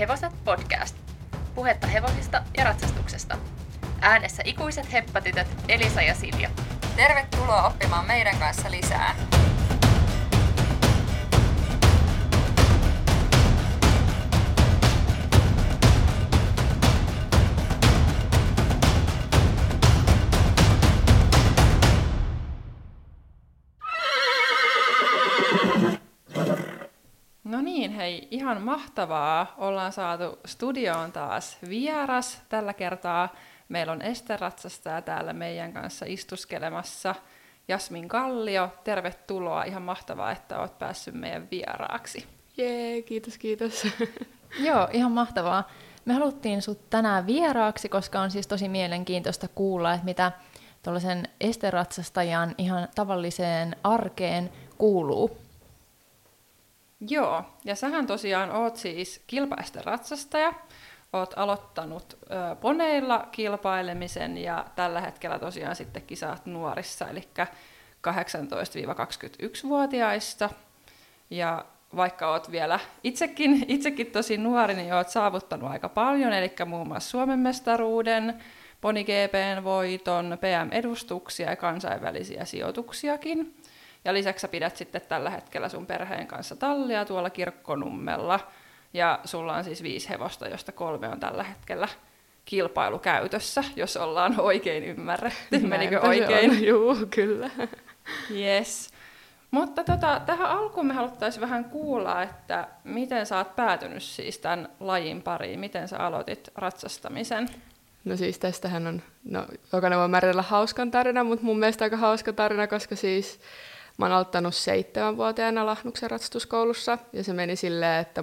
Hevoset podcast. Puhetta hevosista ja ratsastuksesta. Äänessä ikuiset heppatytöt Elisa ja Silja. Tervetuloa oppimaan meidän kanssa lisää. No niin, hei, ihan mahtavaa. Ollaan saatu studioon taas vieras. Tällä kertaa meillä on esteratsastaja täällä meidän kanssa istuskelemassa. Jasmin Kallio, tervetuloa. Ihan mahtavaa, että oot päässyt meidän vieraaksi. Jee, kiitos. Joo, ihan mahtavaa. Me haluttiin sut tänään vieraaksi, koska on siis tosi mielenkiintoista kuulla, että mitä tuollaisen esteratsastajan ihan tavalliseen arkeen kuuluu. Joo, ja sähän tosiaan oot siis kilpaesteratsastaja. Oot aloittanut poneilla kilpailemisen ja tällä hetkellä tosiaan sitten kisaat nuorissa, eli 18-21-vuotiaista. Ja vaikka oot vielä itsekin tosi nuori, niin oot saavuttanut aika paljon, eli muun muassa Suomen mestaruuden, Pony GP:n voiton, PM-edustuksia ja kansainvälisiä sijoituksiakin. Ja lisäksi sä pidät sitten tällä hetkellä sun perheen kanssa tallia tuolla Kirkkonummella. Ja sulla on siis 5 hevosta, josta 3 on tällä hetkellä kilpailukäytössä, jos ollaan oikein ymmärretty. Menikö oikein? Joo, kyllä. Yes. Mutta tähän alkuun me haluttaisiin vähän kuulla, että miten sä oot päätynyt siis tämän lajin pariin, miten sä aloitit ratsastamisen? No siis tästähän on, jokainen voi määritellä hauskan tarina, mutta mun mielestä aika hauska tarina, koska siis mä oon aloittanut 7-vuotiaana Lahnuksen ratsastuskoulussa, ja se meni silleen, että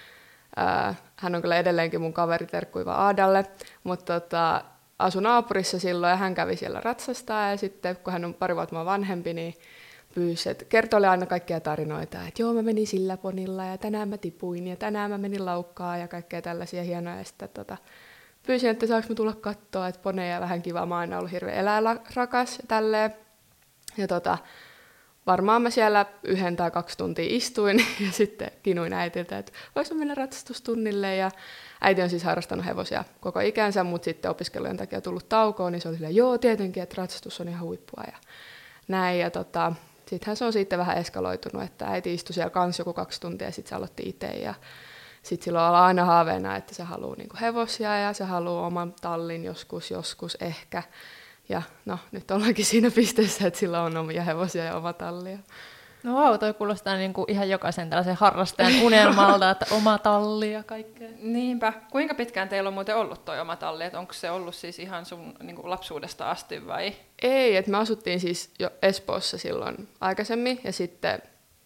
hän on kyllä edelleenkin mun kaveri, terkkuiva Aadalle, mutta asui naapurissa silloin, ja hän kävi siellä ratsastaa, ja sitten kun hän on pari vuotta vanhempi, niin pyysi, että kertoi aina kaikkia tarinoita, että joo, mä menin sillä ponilla, ja tänään mä tipuin, ja tänään mä menin laukkaan, ja kaikkea tällaisia hienoja, ja sitten pyysin, että saanko mä tulla katsoa, että poneja vähän kiva, mä oon aina ollut hirveän eläinrakas, tälleen, ja varmaan mä siellä 1 tai 2 tuntia istuin ja sitten kinuin äitiltä, että voisi mennä ratsastustunnille. Ja äiti on siis harrastanut hevosia koko ikänsä, mutta sitten opiskelujen takia tullut taukoon, niin se oli silleen, joo tietenkin, että ratsastus on ihan huippua ja näin. Ja sittenhän se on sitten vähän eskaloitunut, että äiti istui siellä kanssa joku 2 tuntia ja sitten se aloitti itse. Ja sitten silloin ollaan aina haaveena, että se haluaa niinku hevosia ja se haluaa oman tallin joskus ehkä. Ja no, nyt ollaankin siinä pisteessä, että sillä on omia hevosia ja oma tallia. No vau, toi kuulostaa niinku ihan jokaisen tällaisen harrastajan unelmalta, että oma talli ja kaikkea. Niinpä. Kuinka pitkään teillä on muuten ollut toi oma talli? Et onko se ollut siis ihan sun niinku lapsuudesta asti vai? Ei, että me asuttiin siis jo Espoossa silloin aikaisemmin ja sitten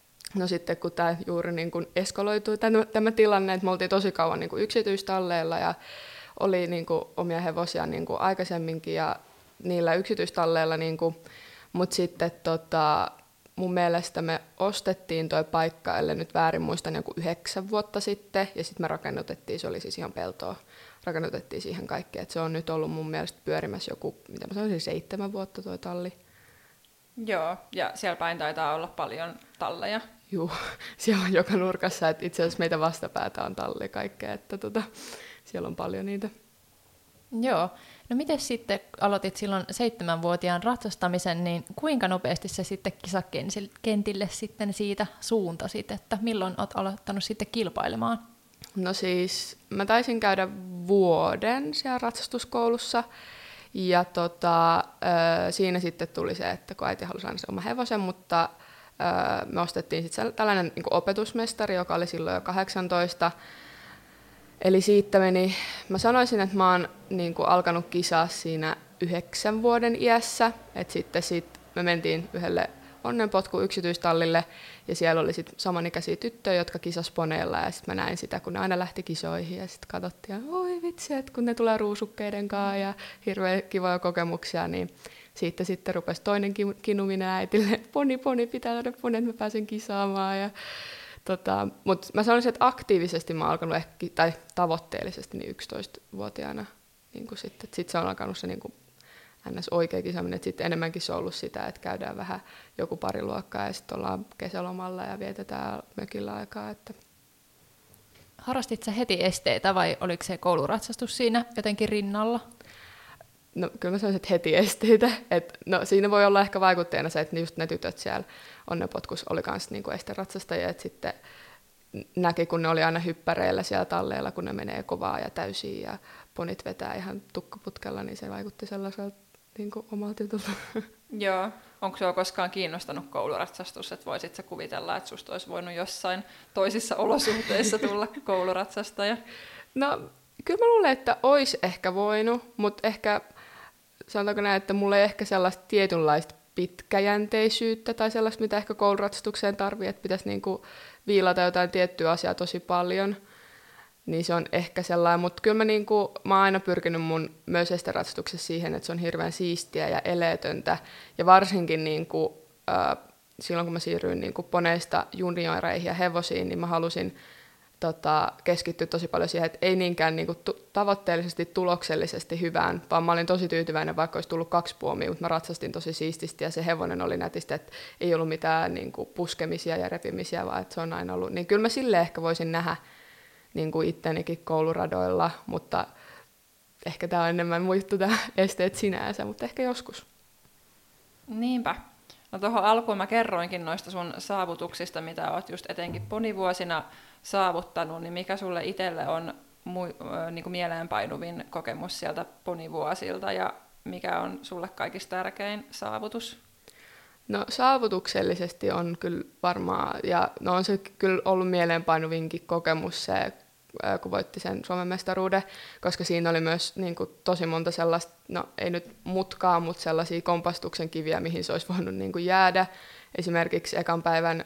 kun tämä juuri niin kuin eskaloitui tämä tilanne, että me oltiin tosi kauan niin kuin yksityistalleilla ja oli niin kuin omia hevosia niin kuin aikaisemminkin ja niillä yksityistalleilla, mutta sitten mun mielestä me ostettiin toi paikka, ellei nyt väärin muistan, joku 9 vuotta sitten, ja sitten me rakennutettiin, se oli siis ihan peltoa, rakennutettiin siihen kaikkea, että se on nyt ollut mun mielestä pyörimässä joku, mitä mä sanoisin, 7 vuotta toi talli. Joo, ja siellä päin taitaa olla paljon talleja. Joo, siellä on joka nurkassa, että itse asiassa meitä vastapäätä on talli kaikkea, että siellä on paljon niitä. Joo. No miten sitten aloitit silloin 7-vuotiaan ratsastamisen, niin kuinka nopeasti se sitten kisakentille sitten siitä suuntasit, että milloin olet aloittanut sitten kilpailemaan? No siis mä taisin käydä vuoden siellä ratsastuskoulussa ja siinä sitten tuli se, että kun äiti halusi aina se oma hevosen, mutta me ostettiin sitten tällainen niin kuin opetusmestari, joka oli silloin jo 18. Eli siitä mä sanoisin, että mä oon niin kuin alkanut kisaa siinä 9 vuoden iässä, että sitten me mentiin yhdelle onnenpotku yksityistallille ja siellä oli sitten samanikäisiä tyttöjä, jotka kisas poneilla ja sitten mä näin sitä, kun ne aina lähti kisoihin ja sitten katsottiin, että oi vitsi, että kun ne tulee ruusukkeiden kanssa ja hirveän kivoja kokemuksia, niin siitä sitten rupesi toinen kinuminen äitille, poni, pitää saada poni, että mä pääsen kisaamaan ja mutta mä sanoisin, että aktiivisesti mä oon alkanut tai tavoitteellisesti niin 11-vuotiaana niin sitten se on alkanut se niin kuin ns. Oikea kisaaminen, että sitten enemmänkin se on ollut sitä, että käydään vähän joku pari luokkaa ja sitten ollaan kesälomalla ja vietetään mökillä aikaa. Että Harrastit sä heti esteitä vai oliko se kouluratsastus siinä jotenkin rinnalla? No kyllä mä sanoisin, että heti esteitä. No, siinä voi olla ehkä vaikutteena se, että just ne tytöt siellä onnenpotkus oli kanssa niin esteratsastajia, että sitten näki, kun ne oli aina hyppäreillä siellä talleilla, kun ne menee kovaa ja täysiin ja ponit vetää ihan tukkaputkella, niin se vaikutti sellaiselta niin omalta jutulta. Joo. Onko sinua koskaan kiinnostanut kouluratsastus, että voisit sä kuvitella, että susta olisi voinut jossain toisissa olosuhteissa tulla kouluratsastaja? No kyllä mä luulen, että olisi ehkä voinut, mutta ehkä sanotaanko näin, että mulla ei ehkä sellaista tietynlaista pitkäjänteisyyttä tai sellaista, mitä ehkä kouluratsastukseen tarvii, että pitäisi niinku viilata jotain tiettyä asiaa tosi paljon, niin se on ehkä sellainen, mutta kyllä mä oon aina pyrkinyt mun myös esteratsastuksessa siihen, että se on hirveän siistiä ja eleetöntä, ja varsinkin silloin, kun mä siirryin poneista junioreihin ja hevosiin, niin mä halusin keskittyä tosi paljon siihen, että ei niinkään tavoitteellisesti, tuloksellisesti hyvään, vaan mä olin tosi tyytyväinen, vaikka olisi tullut 2 puomia, mutta mä ratsastin tosi siististi ja se hevonen oli nätisti, että ei ollut mitään puskemisia ja repimisiä, vaan että se on aina ollut. Niin kyllä mä silleen ehkä voisin nähdä ittenikin kouluradoilla, mutta ehkä tämä on enemmän muistuttu tämä esteet sinänsä, mutta ehkä joskus. Niinpä. No tuohon alkuun mä kerroinkin noista sun saavutuksista, mitä oot just etenkin ponivuosina saavuttanut, niin mikä sulle itselle on mieleenpainuvin kokemus sieltä ponivuosilta ja mikä on sulle kaikista tärkein saavutus? No saavutuksellisesti on kyllä varmaan, ja no on se kyllä ollut mieleenpainuvinkin kokemus se, kun voitti sen Suomen mestaruuden, koska siinä oli myös tosi monta sellaista, no ei nyt mutkaa, mutta sellaisia kompastuksen kiviä, mihin se olisi voinut jäädä. Esimerkiksi ekan päivän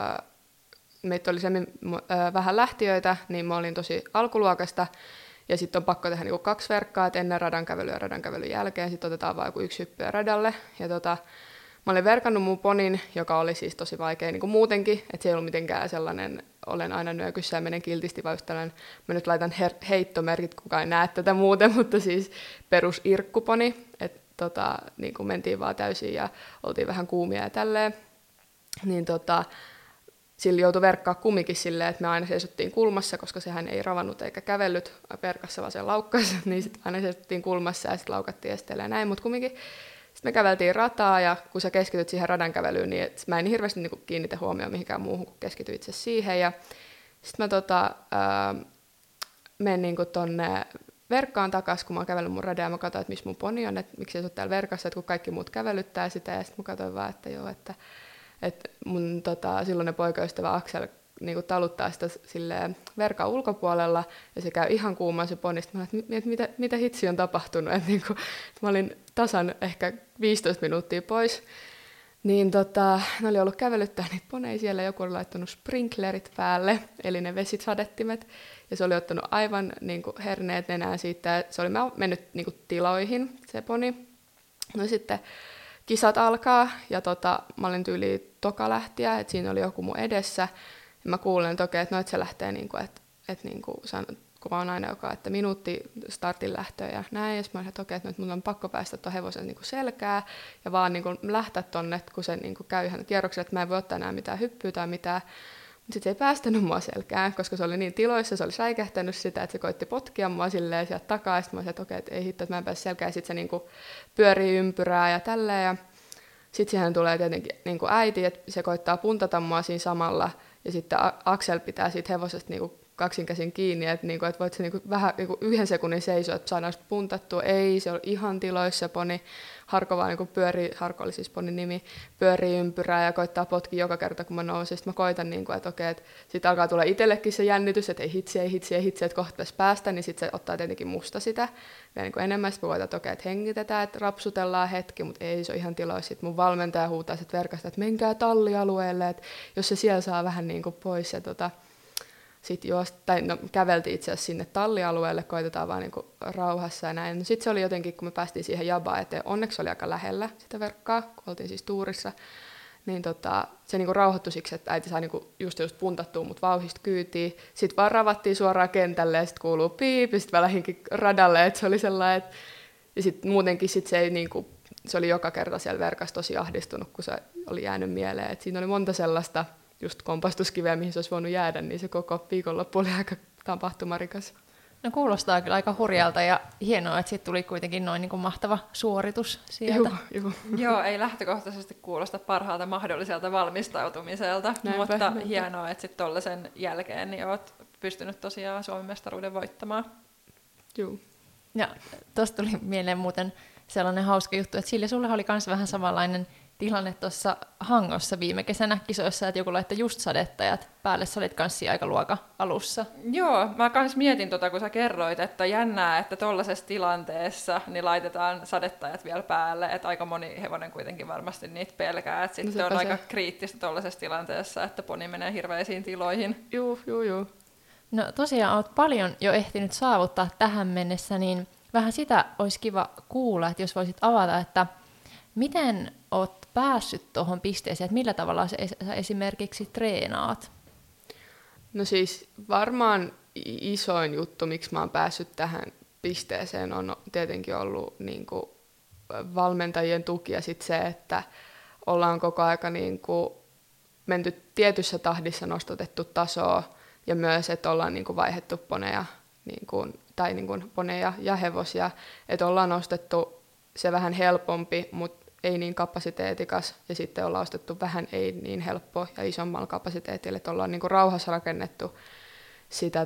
meitä oli vähän lähtiöitä, niin mä olin tosi alkuluokasta, ja sitten on pakko tehdä 2 verkkaa, että ennen radankävelyä ja radankävelyn jälkeen sitten otetaan vain 1 hyppyä radalle. Ja mä olin verkannut mun ponin, joka oli siis tosi vaikea muutenkin, että se ei ollut mitenkään sellainen, olen aina nyökyssä ja menen kiltisti, vaan tällainen, mä nyt laitan heittomerkit, kukaan ei näe tätä muuten, mutta siis perus irkkuponi, että mentiin vaan täysin ja oltiin vähän kuumia ja tälleen, niin sillä joutui verkkaa kumminkin silleen, että me aina seisottiin kulmassa, koska sehän ei ravannut eikä kävellyt verkassa, vaan se laukkasi, niin sitten aina seisottiin kulmassa ja sitten laukattiin esteelle ja näin, mutta kumminkin. Sitten me käveltiin rataa, ja kun sä keskityt siihen radan kävelyyn, niin mä en hirveästi kiinnitä huomioon mihinkään muuhun, kun keskityin itse siihen. Ja sitten mä menin tonne verkkaan takaisin, kun mä oon kävellyt mun radaa, ja mä katsoin, että missä mun poni on, että miksi se on täällä verkassa, että kun kaikki muut kävelyttää sitä, ja sitten mä katsoin vaan, että joo, että mun silloinen poikaystävä Aksel taluttaa sitä silleen verkan ulkopuolella, ja se käy ihan kuumaan se poni. Sitten mä olin, että mitä hitsi on tapahtunut, että mä olin tasan ehkä 15 minuuttia pois, niin ne oli ollut kävelyttää niitä poneja siellä, joku oli laittanut sprinklerit päälle, eli ne vesisadettimet, ja se oli ottanut aivan herneet nenään siitä, ja se oli mennyt tiloihin, se poni. No sitten kisat alkaa, ja mä olin tyyliin toka lähtiä, että siinä oli joku mun edessä, ja mä kuulen toki, että se lähtee, kun mä oon aina että minuutti startin lähtöä ja näin, ja mä olin, että okei, että mun on pakko päästä tuon hevosen selkää, ja vaan lähteä tonne, kun se käy ihan kierrokselle, että mä en voi ottaa enää mitään hyppyä tai mitään, mutta sitten se ei päästänyt mua selkään, koska se oli niin tiloissa, se oli säikähtänyt sitä, että se koitti potkia mua silleen sieltä takaa, ja sitten mä olin, että okei, että ei hitto, että mä en pääse selkään, ja sitten se pyörii ympyrää ja tälleen, ja sitten siihen tulee tietenkin äiti, että se koittaa puntata mua siinä samalla, ja sitten Aksel pitää siitä hevosesta kaksin käsin kiinni, että voit se vähän 1 sekunnin seisoa, että saadaan puntattua. Ei, se on ihan tiloissa poni. Harko vaan pyörii, Harko oli siis ponin nimi, pyörii ympyrää ja koittaa potkia joka kerta, kun mä nousin. Sitten mä koitan, että okei, että sitten alkaa tulla itsellekin se jännitys, että ei hitsi, että kohta pitäisi päästä, niin sitten se ottaa tietenkin musta sitä. Ja enemmän sitten mä koitan, että okei, että hengitetään, että rapsutellaan hetki, mutta ei, se on ihan tiloissa. Sitten mun valmentaja huutaa sitten verkasta, että menkää tallialueelle, että jos se siellä saa vähän pois ja sitten käveltiin itse asiassa sinne tallialueelle, koitetaan vaan rauhassa ja näin. No sitten se oli jotenkin, kun me päästiin siihen jabaan eteen, onneksi oli aika lähellä sitä verkkaa, kun oltiin siis tuurissa, niin se rauhoittui siksi, että äiti saa just puntattua mut vauhista kyytiin. Sitten vaan ravattiin suoraan kentälle ja sitten kuuluu piip, ja sitten mä lähdinkin radalle, että se oli sellainen, ja sitten muutenkin se ei se oli joka kerta siellä verkassa tosi ahdistunut, kun se oli jäänyt mieleen, että siinä oli monta sellaista just kompastuskiveä, mihin se olisi voinut jäädä, niin se koko viikonloppu oli aika tapahtumarikas. No kuulostaa kyllä aika hurjalta ja hienoa, että siitä tuli kuitenkin noin niin kuin mahtava suoritus sieltä. Joo. Joo, ei lähtökohtaisesti kuulosta parhaalta mahdolliselta valmistautumiselta, mutta hienoa, että sitten tollaisen jälkeen niin olet pystynyt tosiaan Suomen mestaruuden voittamaan. Joo. Ja tuosta tuli mieleen muuten sellainen hauska juttu, että Silja, sulla oli myös vähän samanlainen tilanne tuossa Hangossa viime kesänä kisoissa, että joku laittoi just sadettajat päälle, sä olit kanssa aika luoka alussa. Joo, mä kans mietin kun sä kerroit, että jännää, että tollaisessa tilanteessa niin laitetaan sadettajat vielä päälle, että aika moni hevonen kuitenkin varmasti niitä pelkää, että sitten on aika kriittistä tollaisessa tilanteessa, että poni menee hirveisiin tiloihin. Joo. No tosiaan olet paljon jo ehtinyt saavuttaa tähän mennessä, niin vähän sitä olisi kiva kuulla, että jos voisit avata, että miten olet päässyt tuohon pisteeseen, että millä tavalla sä esimerkiksi treenaat? No siis varmaan isoin juttu, miksi mä oon päässyt tähän pisteeseen, on tietenkin ollut niin kuin valmentajien tuki ja sitten se, että ollaan koko aika niin kuin menty tietyssä tahdissa nostatettu tasoa ja myös, että ollaan niin kuin vaihdettu poneja, tai niin kuin poneja ja hevosia, että ollaan ostettu se vähän helpompi, mutta ei niin kapasiteetikas, ja sitten ollaan ostettu vähän ei niin helppo ja isommalla kapasiteetilla, että ollaan niin kuin rauhassa rakennettu sitä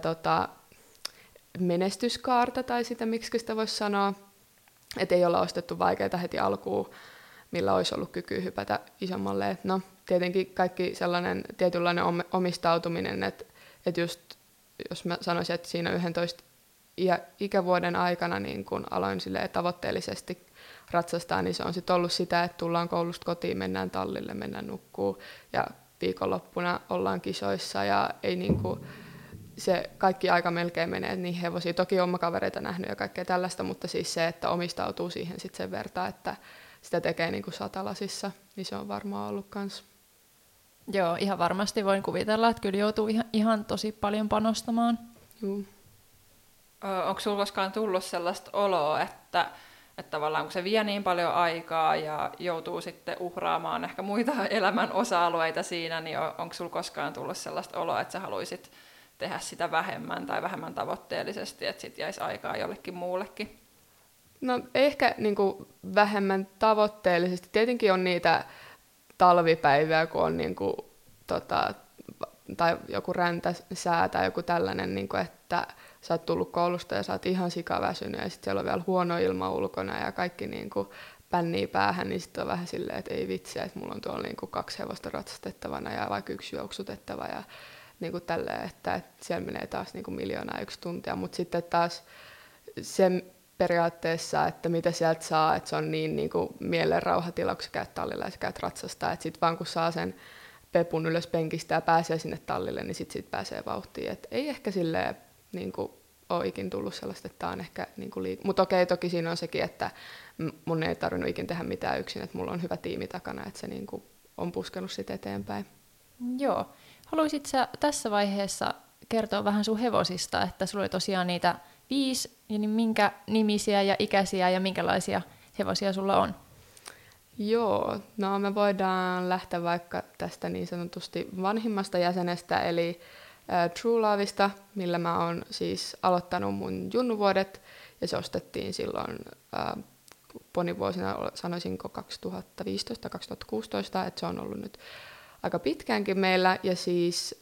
menestyskaarta, tai sitä, miksi sitä voisi sanoa, että ei olla ostettu vaikeita heti alkuun, millä olisi ollut kyky hypätä isommalle. No, tietenkin kaikki sellainen tietynlainen omistautuminen, että just, jos mä sanoisin, että siinä 11 ikävuoden aikana niin kun aloin tavoitteellisesti ratsastaa, niin se on sitten ollut sitä, että tullaan koulusta kotiin, mennään tallille, mennään nukkuu ja viikonloppuna ollaan kisoissa ja ei niinku, se kaikki aika melkein menee niihin hevosiin. Toki on kavereita nähnyt ja kaikkea tällaista, mutta siis se, että omistautuu siihen sitten sen verran, että sitä tekee niinku satalasissa, niin se on varmaan ollut kans. Joo, ihan varmasti voin kuvitella, että kyllä joutuu ihan tosi paljon panostamaan. Joo. Onko sinulla koskaan tullut sellaista oloa, että tavallaan kun se vie niin paljon aikaa ja joutuu sitten uhraamaan ehkä muita elämän osa-alueita siinä, niin onko sinulla koskaan tullut sellaista oloa, että sä haluaisit tehdä sitä vähemmän tai vähemmän tavoitteellisesti, että sitten jäisi aikaa jollekin muullekin? No ehkä niinku vähemmän tavoitteellisesti. Tietenkin on niitä talvipäiviä, kun on niinku, tai joku räntäsää tai joku tällainen, niinku, että sä oot tullut koulusta ja sä oot ihan sikaväsynyt ja sitten siellä on vielä huono ilma ulkona ja kaikki niinku pännii päähän, niin sitten on vähän silleen, että ei vitsi, että mulla on tuolla niinku 2 hevosta ratsastettavana ja vaikka 1 juoksutettava ja niinku tälleen, että siellä menee taas niinku 1,000,001 tuntia, mutta sitten taas se periaatteessa, että mitä sieltä saa, että se on niinku mielen rauhatila, kun sä käyt tallilla ja sä käyt ratsastaa, että sitten vaan kun saa sen pepun ylös penkistä ja pääsee sinne tallille, niin sitten pääsee vauhtiin, että ei ehkä silleen niinku ole ikin tullut sellaista, että tämä on ehkä niinku mutta okei, toki siinä on sekin, että mun ei tarvinnut ikin tehdä mitään yksin, että mulla on hyvä tiimi takana, että se niinku on puskenut sitä eteenpäin. Joo. Haluaisit sä tässä vaiheessa kertoa vähän sun hevosista, että sulla oli tosiaan niitä 5, niin minkä nimisiä ja ikäisiä ja minkälaisia hevosia sulla on? Joo, no me voidaan lähteä vaikka tästä niin sanotusti vanhimmasta jäsenestä, eli True Loveista, millä mä oon siis aloittanut mun junnuvuodet, ja se ostettiin silloin ponivuosina, sanoisinko 2015-2016, että se on ollut nyt aika pitkäänkin meillä, ja siis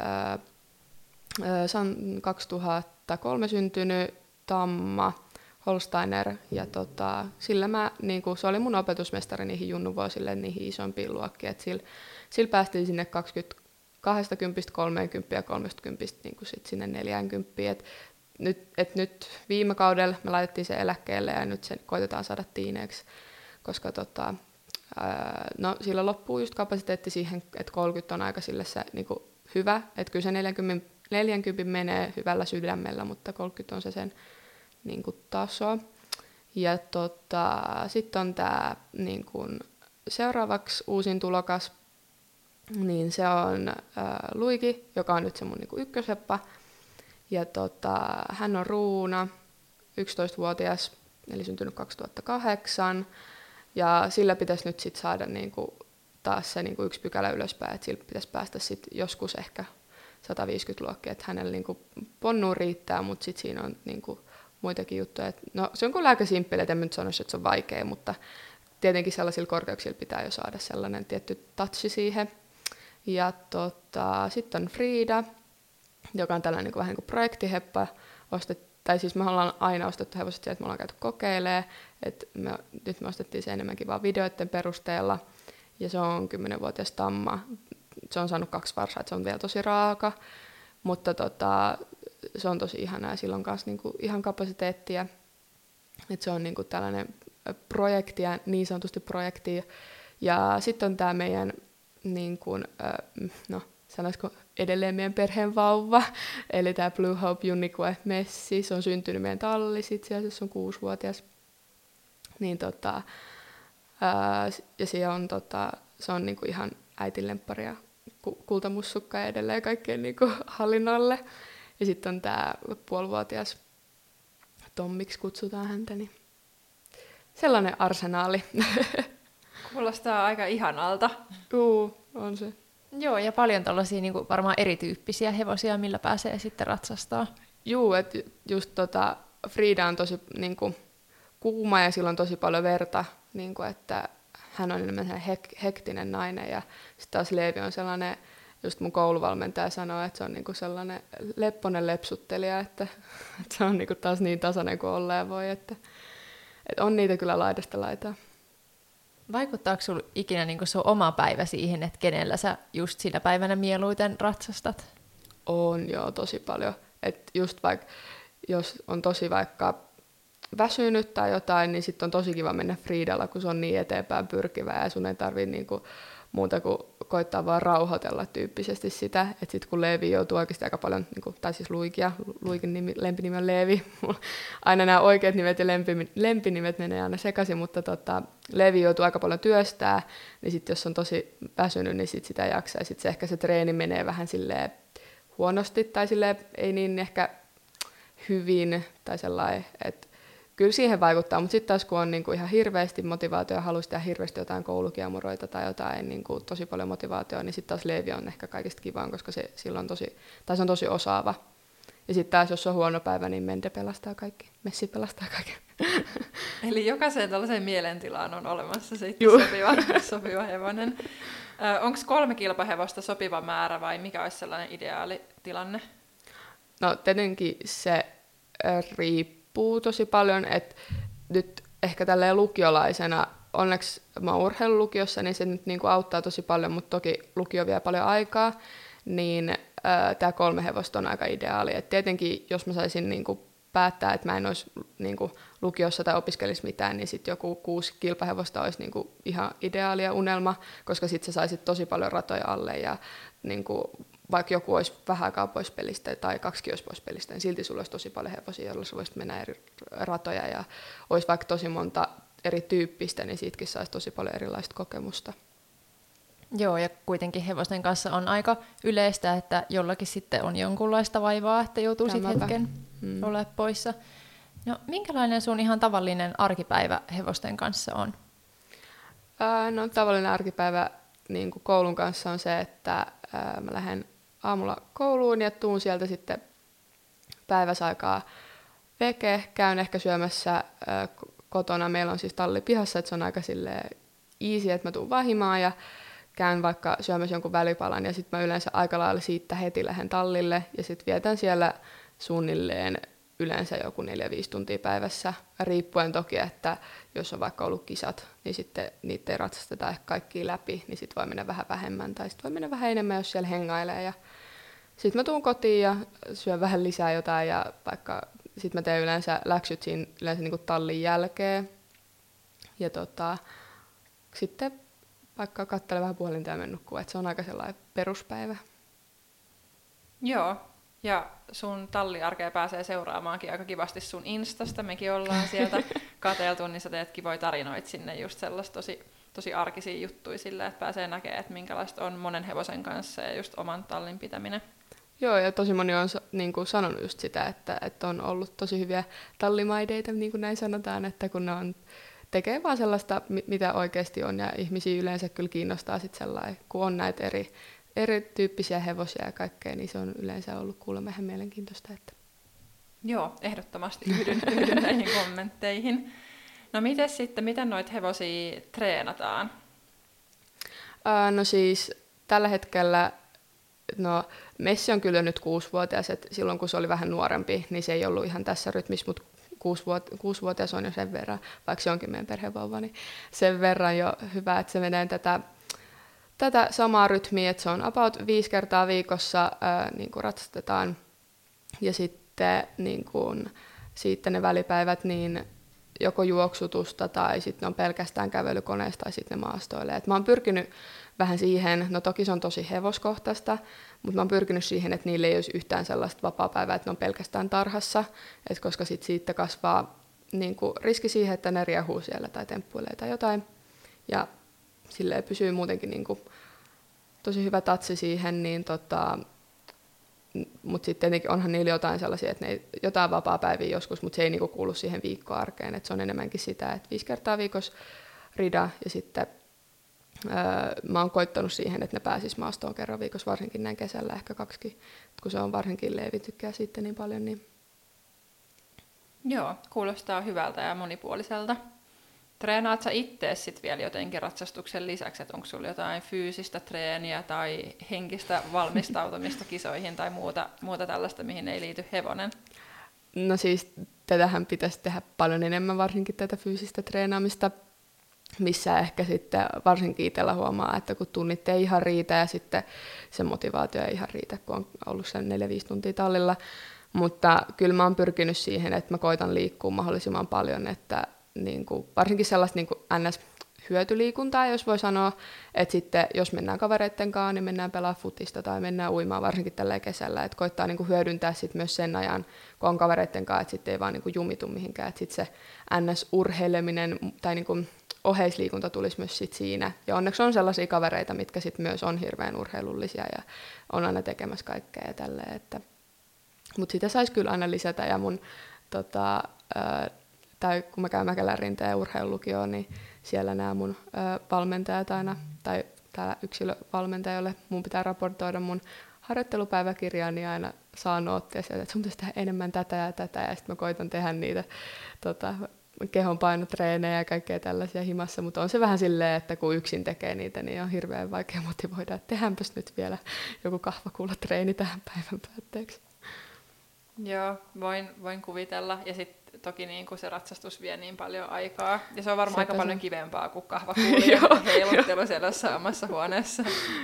se on 2003 syntynyt tamma, Holsteiner, ja sillä mä, niinku, se oli mun opetusmestari niihin junnuvuosille, niihin isompiin luokkiin, että sillä päästiin sinne 20, 30 ja 30 niin kuin sit sinne 40. Nyt viime kaudella me laitettiin se eläkkeelle ja nyt se koitetaan saada tiineeksi, koska no, sillä loppuu just kapasiteetti siihen, että 30 on aika sille se niin kuin hyvä, että kyllä se 40 menee hyvällä sydämellä, mutta 30 on se sen niin kuin taso. Ja sitten on tämä niin kuin seuraavaksi uusin tulokas, niin se on Luigi, joka on nyt se mun niinku ykkösheppa. Ja hän on Ruuna, 11-vuotias, eli syntynyt 2008. Ja sillä pitäisi nyt sit saada niinku taas se niinku 1 pykälä ylöspäin, että sillä pitäisi päästä sit joskus ehkä 150 luokkia, että hänellä niin kuin ponnu riittää, mutta sitten siinä on niin kuin muitakin juttuja. No, se on kyllä aika simppeli, että en nyt sanoisi, että se on vaikea, mutta tietenkin sellaisilla korkeuksilla pitää jo saada sellainen tietty touchi siihen. Ja sitten on Frida, joka on tällainen vähän niin kuin projektiheppa. Tai siis me ollaan aina ostettu hevoset sieltä, että me ollaan käyty kokeilemaan. Nyt me ostettiin se enemmänkin vaan videoiden perusteella. Ja se on 10-vuotias tamma. Se on saanut 2 varsaa, että se on vielä tosi raaka. Mutta se on tosi ihanaa ja sillä on myös niinku ihan kapasiteettia. Et se on niinku tällainen projekti ja niin sanotusti projekti. Ja sitten on tämä meidän, niinku, no sanoisiko edelleen meidän perheen vauva, eli tämä Blue Hope Unique Messi. Se on syntynyt meidän tallissa itse asiassa, se on 6-vuotias. Niin ja se on niinku ihan äitin lemppari ja kultamussukka ja edelleen kaikkeen niinku hallinnolle. Ja sitten on tämä 5-vuotias Tommiksi kutsutaan häntä, niin sellainen arsenaali. Kuulostaa aika ihanalta. On se. Joo, ja paljon tällaisia niin varmaan erityyppisiä hevosia, millä pääsee sitten ratsastaa. Että just Frida on tosi niinku kuuma ja sillä on tosi paljon verta, niinku, että hän on enemmän hektinen nainen ja sitten taas Leevi on sellainen, just mun kouluvalmentaja sanoo, että se on niinku sellainen lepponen lepsuttelija, että se on niinku taas niin tasainen kuin olleen voi, että on niitä kyllä laidasta laitaa. Vaikuttaako sinulla ikinä niin sun oma päivä siihen, että kenellä sä just sinä päivänä mieluiten ratsastat? On joo, tosi paljon. Et just jos on tosi vaikka väsynyt tai jotain, niin sitten on tosi kiva mennä Fridalla, kun se on niin eteenpäin pyrkivä ja sun ei tarvitse niinku muuta kuin koittaa vaan rauhoitella tyyppisesti sitä. Että sitten kun Leevi joutuu oikeasti aika paljon, niinku, tai siis Luikin lempinimi on Leevi, aina nämä oikeat nimet ja lempinimet menee aina sekaisin, mutta Leevi joutuu aika paljon työstää, niin sitten jos on tosi väsynyt, niin sit sitä jaksaa. Ja sitten ehkä se treeni menee vähän silleen huonosti tai silleen ei niin ehkä hyvin tai sellainen, että kyllä siihen vaikuttaa, mutta sitten taas kun on niinku ihan hirveästi motivaatio ja haluaisi tehdä hirveästi jotain koulukiemuroita tai jotain niinku tosi paljon motivaatiota, niin sitten taas Leevi on ehkä kaikista kivaan, koska se on tosi osaava. Ja sitten taas jos on huono päivä, niin Mende pelastaa kaikki, Messi pelastaa kaiken. Eli jokaiseen tällaiseen mielentilaan on olemassa sitten sopiva hevonen. Onko 3 kilpahevosta sopiva määrä vai mikä olisi sellainen ideaalitilanne? No tietenkin se riippuu tosi paljon, että nyt ehkä tälleen lukiolaisena, onneksi mä oon urheilulukiossa, niin se nyt niinku auttaa tosi paljon, mutta toki lukio vie paljon aikaa, niin tämä 3 hevosta on aika ideaali. Et tietenkin jos mä saisin niinku päättää, että mä en olisi niinku lukiossa tai opiskelisi mitään, niin sitten joku 6 kilpahevosta olisi niinku ihan ideaalia unelma, koska sitten sä saisit tosi paljon ratoja alle ja niinku vaikka joku olisi vähän aikaa pois pelistä tai 2 olisi pois pelistä, niin silti sulla olisi tosi paljon hevosia, joilla sä voisit mennä eri ratoja ja olisi vaikka tosi monta eri tyyppistä, niin siitäkin saisi tosi paljon erilaista kokemusta. Joo, ja kuitenkin hevosten kanssa on aika yleistä, että jollakin sitten on jonkunlaista vaivaa, että joutuu sitten hetken olemaan poissa. No, minkälainen sun ihan tavallinen arkipäivä hevosten kanssa on? No, tavallinen arkipäivä niin kuin koulun kanssa on se, että mä lähden aamulla kouluun ja tuun sieltä sitten päiväsaikaa veke. Käyn ehkä syömässä kotona. Meillä on siis talli pihassa, että se on aika silleen easy, että mä tuun vahimaan ja käyn vaikka syömässä jonkun välipalan ja sitten mä yleensä aika lailla siitä heti lähden tallille ja sitten vietän siellä suunnilleen yleensä joku 4-5 tuntia päivässä, riippuen toki, että jos on vaikka ollut kisat, niin sitten niitä ei ratsasteta ehkä kaikkia läpi, niin sitten voi mennä vähän vähemmän tai sitten voi mennä vähän enemmän, jos siellä hengailee. Ja sitten mä tuun kotiin ja syön vähän lisää jotain ja vaikka sitten mä teen yleensä läksyt siinä yleensä niin kuin tallin jälkeen. Ja sitten vaikka katselen vähän puhelinta ja menen nukkumaan, että se on aika sellainen peruspäivä. Joo. Ja sun talliarkea pääsee seuraamaankin aika kivasti sun Instasta. Mekin ollaan sieltä katseltu, niin sä teet kivoja tarinoita sinne, just sellaista tosi arkisia juttuja sillä, että pääsee näkemään, että minkälaista on monen hevosen kanssa ja just oman tallin pitäminen. Joo, ja tosi moni on niin kuin sanonut just sitä, että on ollut tosi hyviä tallimaideita, niin kuin näin sanotaan, että kun ne tekee vaan sellaista, mitä oikeasti on, ja ihmisiä yleensä kyllä kiinnostaa sit sellainen, kun on näitä eri erityyppisiä hevosia ja kaikkea, niin se on yleensä ollut kuulemma ihan mielenkiintoista. Että. Joo, ehdottomasti yhdyn näihin kommentteihin. No miten noita hevosia treenataan? No siis tällä hetkellä, no Messi on kyllä nyt 6-vuotias, että silloin kun se oli vähän nuorempi, niin se ei ollut ihan tässä rytmissä, mutta 6-vuotias on jo sen verran, vaikka se onkin meidän perhevauva, niin sen verran jo hyvä, että se menee tätä samaa rytmiä, että se on about 5 kertaa viikossa niin kuin ratsastetaan, ja sitten niin kuin, sitten ne välipäivät, niin joko juoksutusta tai sitten on pelkästään kävelykoneesta tai sitten ne maastoilee. Et mä oon pyrkinyt vähän siihen, no toki se on tosi hevoskohtaista, mutta mä oon pyrkinyt siihen, että niille ei olisi yhtään sellaista vapaapäivää, että ne on pelkästään tarhassa, et koska siitä kasvaa niin kuin riski siihen, että ne riehuu siellä tai temppuilee tai jotain. Ja silleen pysyy muutenkin niin kuin tosi hyvä tatsi siihen, niin mutta sitten tietenkin onhan niillä jotain sellaisia, että ne jotain vapaapäiviä joskus, mutta se ei niinku kuulu siihen viikkoarkeen, että se on enemmänkin sitä, että 5 kertaa viikossa rida ja sitten mä oon koittanut siihen, että ne pääsis maastoon kerran viikossa, varsinkin näin kesällä ehkä 2, kun se on varsinkin Leevi tykkää sitten niin paljon. Niin. Joo, kuulostaa hyvältä ja monipuoliselta. Treenaat sä itse sitten vielä jotenkin ratsastuksen lisäksi, että onko sulla jotain fyysistä treeniä tai henkistä valmistautumista kisoihin tai muuta tällaista, mihin ei liity hevonen? No siis tätähän pitäisi tehdä paljon enemmän, varsinkin tätä fyysistä treenaamista, missä ehkä sitten varsinkin itsellä huomaa, että kun tunnit ei ihan riitä ja sitten se motivaatio ei ihan riitä, kun on ollut sen 4-5 tuntia tallilla. Mutta kyllä mä oon pyrkinyt siihen, että mä koitan liikkua mahdollisimman paljon, että niin kuin, varsinkin sellaista niin kuin NS-hyötyliikuntaa, jos voi sanoa, että sitten jos mennään kavereitten kanssa, niin mennään pelaa futista tai mennään uimaan, varsinkin tällä kesällä, että koittaa niin kuin hyödyntää sit myös sen ajan, kun on kavereitten kanssa, että sitten ei vaan niin kuin jumitu mihinkään, että sitten se NS-urheileminen tai niin kuin oheisliikunta tulisi myös sit siinä. Ja onneksi on sellaisia kavereita, mitkä sit myös on hirveän urheilullisia ja on aina tekemässä kaikkea ja tälleen, että mutta sitä saisi kyllä aina lisätä ja mun tai kun mä käyn Mäkelärinteen urheilulukioon, niin siellä nämä mun valmentajat aina, tai täällä yksilövalmentaja, jolle mun pitää raportoida mun harjoittelupäiväkirjaa, niin aina saa noottia sieltä, että sun pitäisi tehdä enemmän tätä, ja sitten mä koitan tehdä niitä kehonpainotreenejä ja kaikkea tällaisia himassa, mutta on se vähän silleen, että kun yksin tekee niitä, niin on hirveän vaikea motivoida, että tehdäänpäs nyt vielä joku kahvakuulatreeni tähän päivän päätteeksi. Joo, voin kuvitella. Ja sitten toki niin kuin se ratsastus vie niin paljon aikaa. Ja se on varmaan aika paljon kivempaa kuin kahvakuuli ja heiluttelu siellä samassa huoneessa.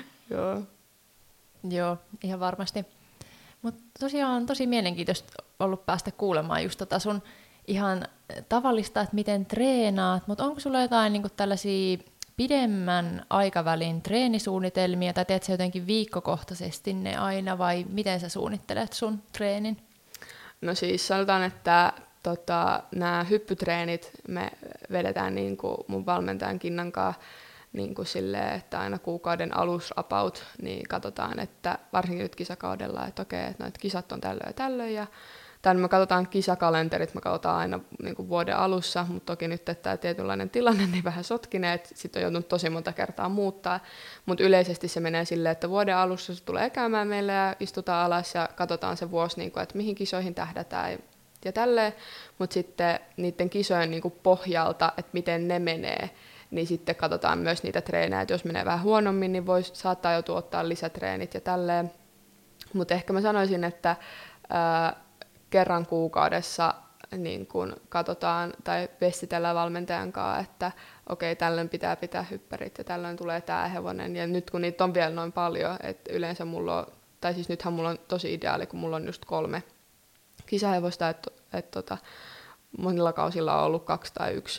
Joo, ihan varmasti. Mutta tosiaan on tosi mielenkiintoista ollut päästä kuulemaan just sun ihan tavallista, että miten treenaat. Mutta onko sulla jotain niin kuin tällaisia pidemmän aikavälin treenisuunnitelmia, tai teet sä jotenkin viikkokohtaisesti ne aina, vai miten sä suunnittelet sun treenin? No siis sanotaan, että nämä hyppytreenit me vedetään niin kuin mun valmentajan Kinnan kanssa niin kuin silleen, että aina kuukauden alussa about, niin katsotaan, että varsinkin nyt kisakaudella, että okei, että noita kisat on tällöin, tai me katsotaan kisakalenterit, me katsotaan aina niin kuin vuoden alussa, mutta toki nyt että tämä tietynlainen tilanne niin vähän sotkinen, että sitten on joutunut tosi monta kertaa muuttaa, mutta yleisesti se menee silleen, että vuoden alussa se tulee käymään meille ja istutaan alas ja katsotaan se vuosi, niin kuin, että mihin kisoihin tähdätään ja tälleen, mutta sitten niiden kisojen niin kuin pohjalta, että miten ne menee, niin sitten katsotaan myös niitä treenejä, että jos menee vähän huonommin, niin saattaa joutua ottaa lisätreenit ja tälleen, mutta ehkä mä sanoisin, että kerran kuukaudessa niin kun katsotaan tai vestitellään valmentajan kanssa, että okei, tällöin pitää hyppärit ja tällöin tulee tämä hevonen. Ja nyt kun niitä on vielä noin paljon, että yleensä mulla on, tai siis nythän mulla on tosi ideaali, kun mulla on just 3 kisahevosta, että monilla kausilla on ollut 2 tai 1.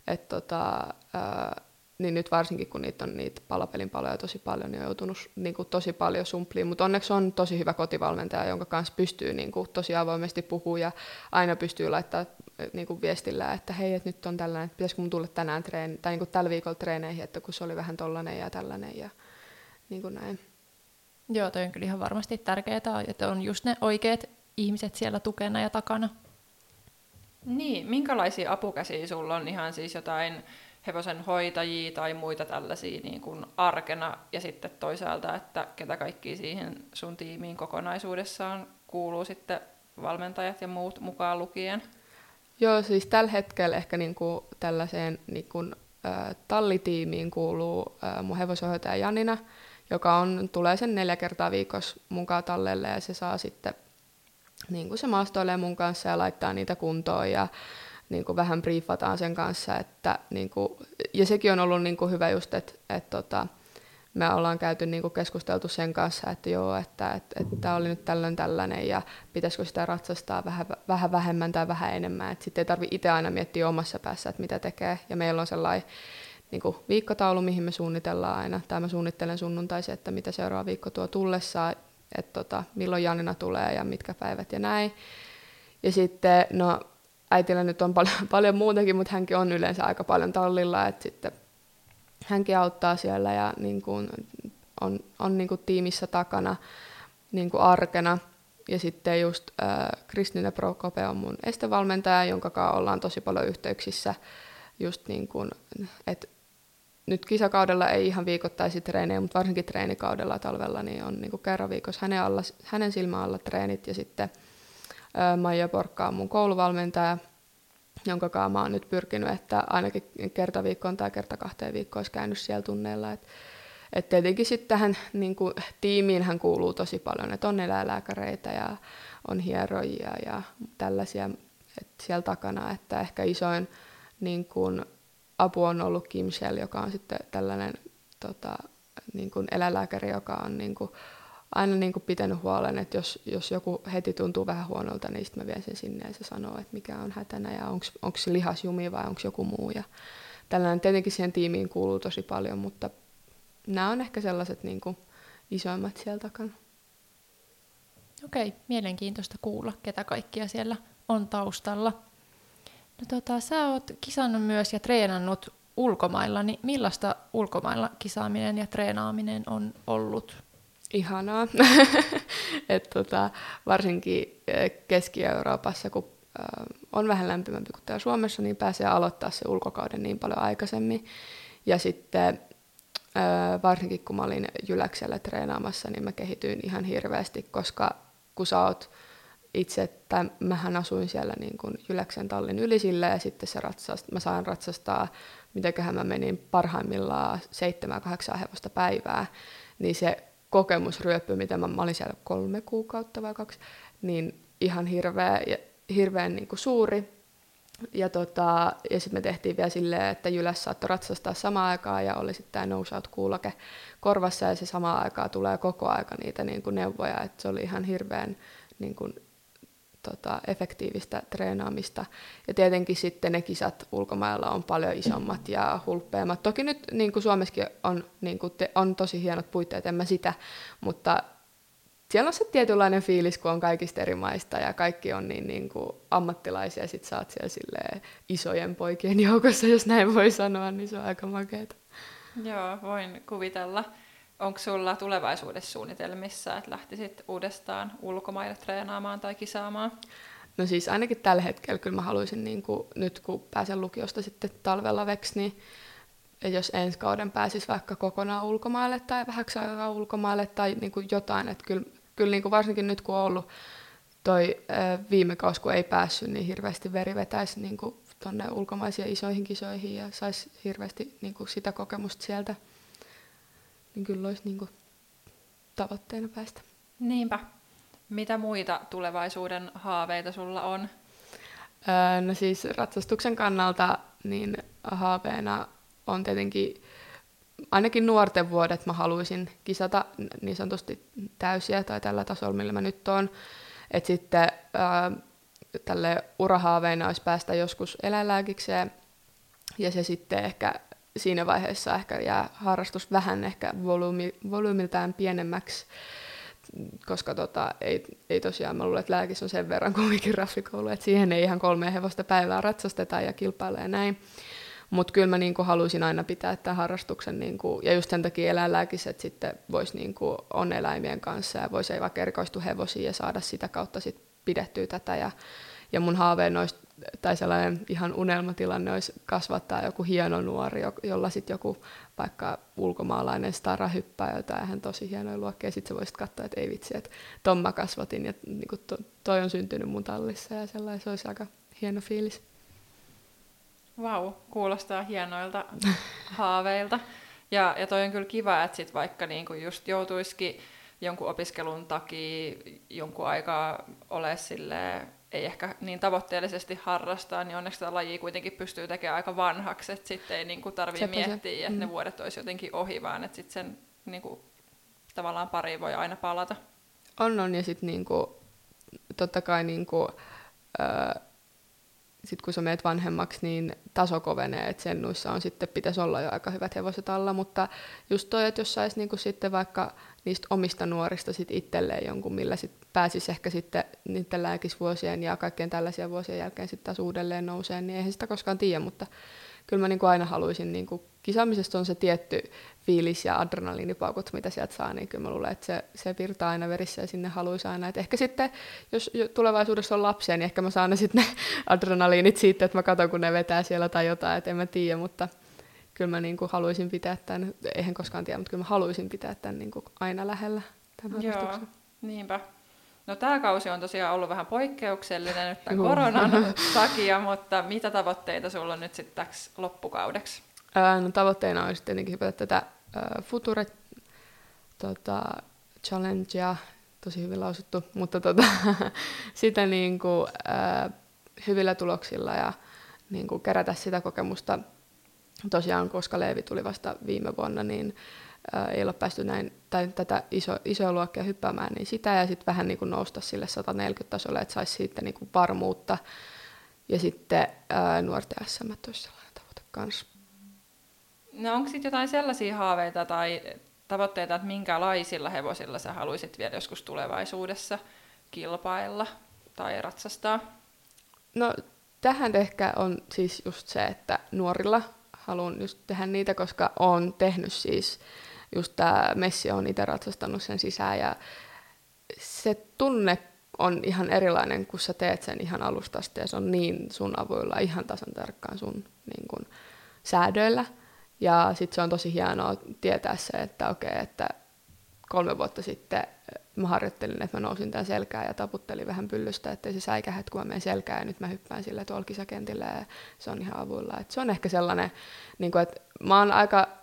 Niin nyt varsinkin, kun niitä on niitä palapelin paloja tosi paljon, niin on joutunut niin kuin tosi paljon sumpliin. Mutta onneksi on tosi hyvä kotivalmentaja, jonka kanssa pystyy niin kuin tosi avoimesti puhumaan ja aina pystyy laittaa niin kuin viestillä, että hei, että nyt on tällainen, että pitäisikö mun tulla tänään tai niin kuin tällä viikolla treeneihin, että kun se oli vähän tollainen ja tällainen ja niin kuin näin. Joo, toi on kyllä ihan varmasti tärkeää, että on just ne oikeat ihmiset siellä tukena ja takana. Niin, minkälaisia apukäsiä sulla on ihan siis jotain hevosen hoitajia tai muita tällaisia niin kuin arkena, ja sitten toisaalta, että ketä kaikki siihen sun tiimiin kokonaisuudessaan kuuluu sitten valmentajat ja muut mukaan lukien? Joo, siis tällä hetkellä ehkä niinku tällaiseen niinku, tallitiimiin kuuluu mun hevosenhoitaja Janina, joka tulee sen 4 kertaa viikossa mukaan tallelle, ja se saa sitten, niinku se maastoilee mun kanssa ja laittaa niitä kuntoon, ja niinku vähän briefataan sen kanssa, että niinku, ja sekin on ollut niinku hyvä just, että me ollaan käyty niinku keskusteltu sen kanssa, että joo, että tämä oli nyt tällainen ja pitäisikö sitä ratsastaa vähän vähemmän tai vähän enemmän. Sitten ei tarvitse itse aina miettiä omassa päässä, että mitä tekee. Ja meillä on sellainen niinku viikkotaulu, mihin me suunnitellaan aina. Tai mä suunnittelen sunnuntaisin, että mitä seuraava viikko tuo tullessaan, että milloin Janina tulee ja mitkä päivät ja näin. Ja sitten, no äitillä nyt on paljon muutakin, mutta hänkin on yleensä aika paljon tallilla, että sitten hänkin auttaa siellä ja niin kuin on niin kuin tiimissä takana niin kuin arkena. Ja sitten just Kristine Prokope on mun estevalmentaja, jonka kanssa ollaan tosi paljon yhteyksissä. Just niin kuin, että nyt kisakaudella ei ihan viikoittaisia treenejä, mutta varsinkin treenikaudella talvella niin on niin kuin kerran viikossa hänen silmän alla treenit. Ja sitten Maija Porkka on mun kouluvalmentaja, jonka kanssa mä oon nyt pyrkinyt, että ainakin kerta viikkoon tai kerta 2 viikkoon olisi käynyt siellä tunneilla. Et tietenkin sitten tähän niin kuin, tiimiin hän kuuluu tosi paljon, että on eläinlääkäreitä ja on hierojia ja tällaisia siellä takana, että ehkä isoin niin kuin, apu on ollut Kim Shell, joka on sitten tällainen niin kuin eläinlääkäri, joka on niin kuin, aina niin kuin pitänyt huolen, että jos joku heti tuntuu vähän huonolta, niin sitten mä vien sen sinne ja se sanoo, että mikä on hätänä ja onko se lihasjumi vai onko joku muu. Ja tällainen tietenkin siihen tiimiin kuuluu tosi paljon, mutta nämä on ehkä sellaiset niin kuin isoimmat siellä takana. Okei, mielenkiintoista kuulla, ketä kaikkia siellä on taustalla. No sä oot kisannut myös ja treenannut ulkomailla, niin millaista ulkomailla kisaaminen ja treenaaminen on ollut? Ihanaa. Varsinkin Keski-Euroopassa, kun on vähän lämpimämpi kuin täällä Suomessa, niin pääsee aloittaa se ulkokauden niin paljon aikaisemmin. Ja sitten varsinkin kun mä olin Jyläksellä treenaamassa, niin mä kehityin ihan hirveästi, koska kun sä oot itse, tai mähän asuin siellä niin kuin Jyläksen tallin ylisillä ja sitten mä saan ratsastaa, mitenköhän mä menin parhaimmillaan 7-8 hevosta päivää, niin se kokemusryöppy, mitä mä olin siellä 3 kuukautta vai 2, niin ihan hirveän niin kuin suuri. Ja sitten me tehtiin vielä silleen, että Jylässä saattoi ratsastaa samaan aikaan ja oli sitten tämä nose out -kuuloke korvassa ja se samaan aikaan tulee koko aika niitä niin kuin neuvoja, että se oli ihan hirveän niin kuin, efektiivistä treenaamista. Ja tietenkin sitten ne kisat ulkomailla on paljon isommat ja hulppeammat. Toki nyt niin kuin Suomessakin on, niin kuin on tosi hienot puitteet, en mä sitä, mutta siellä on se tietynlainen fiilis, kun on kaikista eri maista ja kaikki on niin kuin ammattilaisia ja sit sä oot siellä silleen isojen poikien joukossa, jos näin voi sanoa, niin se on aika makeeta. Joo, voin kuvitella. Onko sulla tulevaisuudessa suunnitelmissa, että lähtisit uudestaan ulkomaille treenaamaan tai kisaamaan? No siis ainakin tällä hetkellä kyllä mä haluaisin, niin kuin, nyt kun pääsen lukiosta sitten talvella veksi, niin jos ensi kauden pääsis vaikka kokonaan ulkomaille tai vähäksi aikaa ulkomaille tai niin kuin jotain, että kyllä niin kuin varsinkin nyt kun on ollut toi viime kausi, kun ei päässyt, niin hirveästi veri vetäisi niin kuin tuonne ulkomaisiin isoihin kisoihin ja saisi hirveästi niin kuin sitä kokemusta sieltä. Niin kyllä olisi niin kuin tavoitteena päästä. Niinpä. Mitä muita tulevaisuuden haaveita sulla on? No siis ratsastuksen kannalta niin haaveena on tietenkin ainakin nuorten vuodet mä haluaisin kisata niin sanotusti täysiä tai tällä tasolla, millä mä nyt oon. Et sitten tälle urahaaveena olisi päästä joskus eläinlääkikseen ja se sitten ehkä siinä vaiheessa ehkä jää harrastus vähän ehkä volyymiltään pienemmäksi, koska ei tosiaan, mä luulen, että lääkis on sen verran kumminkin raffikoulu, että siihen ei ihan 3 hevosta päivää ratsasteta ja kilpailla ja näin. Mutta kyllä mä niinku haluaisin aina pitää tämän harrastuksen, niinku, ja just sen takia eläinlääkiset sitten voisi niinku, on eläimien kanssa ja voisi vaikka erikoistua hevosiin ja saada sitä kautta sit pidettyä tätä. Ja mun haaveena olisi tai sellainen ihan unelmatilanne olisi kasvattaa joku hieno nuori, jolla sitten joku vaikka ulkomaalainen stara hyppää jotain ihan tosi hienoja luokkia, ja sitten sä voisit katsoa, että ei vitsi, että ton mä kasvatin, ja niin toi on syntynyt mun tallissa, ja sellainen, se olisi aika hieno fiilis. Vau, kuulostaa hienoilta haaveilta. Ja toi on kyllä kiva, että sit vaikka niinku just joutuisikin jonkun opiskelun takia jonkun aikaa ole silleen, ei ehkä niin tavoitteellisesti harrastaa, niin onneksi tämä laji kuitenkin pystyy tekemään aika vanhaksi, että sitten ei niinku tarvitse miettiä, että ne vuodet olisi jotenkin ohi, vaan että sitten sen niinku, tavallaan pariin voi aina palata. On, ja sitten niinku, totta kai niinku, sit kun sä meet vanhemmaksi, niin taso kovenee, että sennuissa on sitten, pitäisi olla jo aika hyvät hevoset alla, mutta just toi, että jos sais niinku sitten vaikka niistä omista nuorista sit itselleen jonkun, millä sit pääsisi ehkä sitten niiden lääkisvuosien ja kaikkien tällaisia vuosien jälkeen sitten taas uudelleen nouseen, niin eihän sitä koskaan tiedä, mutta kyllä mä niinku aina haluaisin, niinku, kisaamisesta on se tietty fiilis ja adrenaliinipaukut, mitä sieltä saa, niin kyllä mä luulen, että se virtaa aina verissä ja sinne haluaisi aina. Et ehkä sitten, jos tulevaisuudessa on lapsia, niin ehkä mä saan sitten ne adrenaliinit siitä, että mä katson, kun ne vetää siellä tai jotain, että en mä tiedä, mutta kyllä mä niinku haluaisin pitää tämän, eihän koskaan tiedä, mutta kyllä mä haluaisin pitää tämän niinku aina lähellä, tämän harrastuksen. Joo, niinpä. No tämä kausi on tosiaan ollut vähän poikkeuksellinen nyt tämän koronan takia, mutta mitä tavoitteita sulla on nyt sitten täksi loppukaudeksi? No, tavoitteena olisi tietenkin hypätä tätä Future Challengea, tosi hyvin lausuttu, mutta sitä niinku, hyvillä tuloksilla ja niinku, kerätä sitä kokemusta. Tosiaan, koska Leevi tuli vasta viime vuonna, niin ei ole päästy näin, tai tätä isoa luokkia hyppäämään, niin sitä ja sitten vähän niin kuin nousta sille 140-tasolle, että saisi siitä niin kuin varmuutta. Ja sitten nuorten SM olisi sellainen tavoite kanssa. No onko sitten jotain sellaisia haaveita tai tavoitteita, että minkälaisilla hevosilla sä haluaisit vielä joskus tulevaisuudessa kilpailla tai ratsastaa? No tähän ehkä on siis just se, että nuorilla haluan just tehdä niitä, koska olen tehnyt siis just tämä messi, on itse ratsastanut sen sisään ja se tunne on ihan erilainen, kun sä teet sen ihan alusta asti ja se on niin sun avuilla ihan tasan tarkkaan sun niin kun, säädöillä. Ja sitten se on tosi hienoa tietää se, että okei, että 3 vuotta sitten mä harjoittelin, että mä nousin tämän selkään ja taputtelin vähän pyllystä, ettei se säikähä, kun mä menen selkään ja nyt mä hyppään sille tuolla kisakentillä ja se on ihan avulla. Et se on ehkä sellainen, niin kun, että mä oon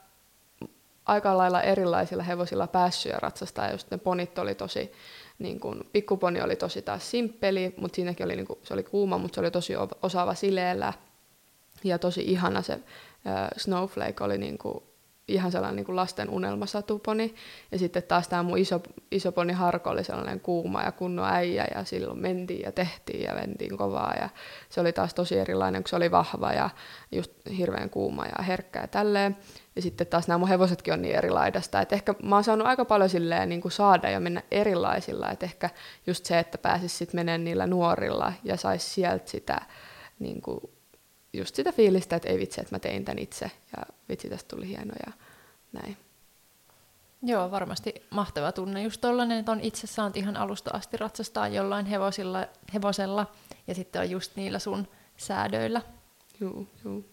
aika lailla erilaisilla hevosilla päässyt ja ratsastaa, ja just ne ponit oli tosi, niin kun, pikkuponi oli tosi taas simppeli, mutta siinäkin oli, niin kun, se oli kuuma, mutta se oli tosi osaava sileellä ja tosi ihana se Snowflake oli niin kun, ihan sellainen niin kuin lasten unelmasatuponi. Ja sitten taas tämä mun iso poni Harko oli sellainen kuuma ja kunnon äijä ja silloin mentiin ja tehtiin ja mentiin kovaa. Ja se oli taas tosi erilainen, kun se oli vahva ja just hirveän kuuma ja herkkä ja tälleen. Ja sitten taas nämä mun hevosetkin on niin erilaidasta. Että ehkä mä oon saanut aika paljon silleen niin kuin saada ja mennä erilaisilla. Että ehkä just se, että pääsis sitten menemään niillä nuorilla ja sais sieltä sitä niin kuin just sitä fiilistä, että ei vitsi, että mä tein tän itse ja vitsi, tästä tuli hieno ja näin. Joo, varmasti mahtava tunne. Just tollainen, että on itse saanut ihan alusta asti ratsastaa jollain hevosella ja sitten on just niillä sun säädöillä. Joo.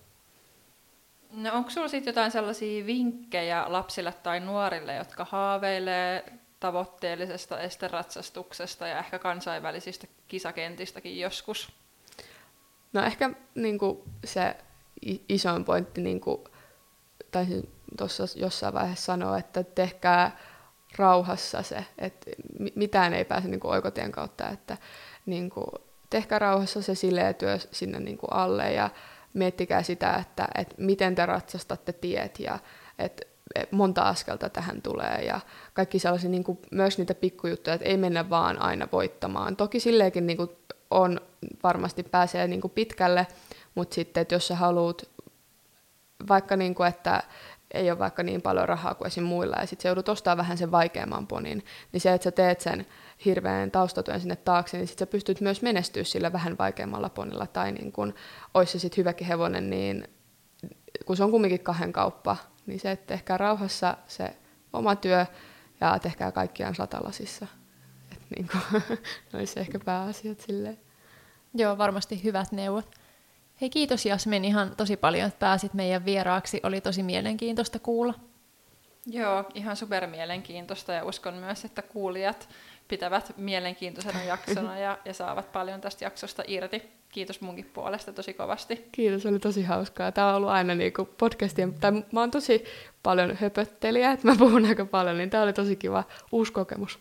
No onko sulla sitten jotain sellaisia vinkkejä lapsille tai nuorille, jotka haaveilee tavoitteellisesta esteratsastuksesta ja ehkä kansainvälisistä kisakentistäkin joskus? No ehkä niinku se isoin pointti, niinku, taisin tuossa jossain vaiheessa sanoa, että tehkää rauhassa se, että mitään ei pääse niinku oikotien kautta, että niinku, tehkää rauhassa se sileä työ sinne niinku alle ja miettikää sitä, että miten te ratsastatte tiet ja että monta askelta tähän tulee ja kaikki sellaisia niinku, myös niitä pikkujuttuja, että ei mennä vaan aina voittamaan. Toki silleenkin niinku, on varmasti pääsee niinku pitkälle, mutta sitten, että jos sä haluat vaikka, niinku, että ei ole vaikka niin paljon rahaa kuin esim. Muilla, ja sitten sä joudut ostamaan vähän sen vaikeamman ponin, niin se, että sä teet sen hirveän taustatyön sinne taakse, niin sitten sä pystyt myös menestyä sillä vähän vaikeammalla ponilla, tai niin kun olisi se sitten hyväkin hevonen, niin kun se on kumminkin 2 kauppa, niin se, että tehkää rauhassa se oma työ, ja tehkää kaikkiaan satalasissa. Että niin kuin, ne olisi ehkä pääasiat silleen. Joo, varmasti hyvät neuvot. Hei, kiitos Jasmin ihan tosi paljon, että pääsit meidän vieraaksi. Oli tosi mielenkiintoista kuulla. Joo, ihan supermielenkiintoista ja uskon myös, että kuulijat pitävät mielenkiintoisena jaksona ja saavat paljon tästä jaksosta irti. Kiitos munkin puolesta tosi kovasti. Kiitos, oli tosi hauskaa. Tämä on ollut aina niinku podcastien, tai mä oon tosi paljon höpöttelijä, että mä puhun aika paljon, niin tämä oli tosi kiva uusi kokemus.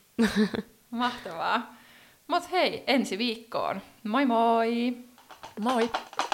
Mahtavaa. Mut hei, ensi viikkoon. Moi moi! Moi!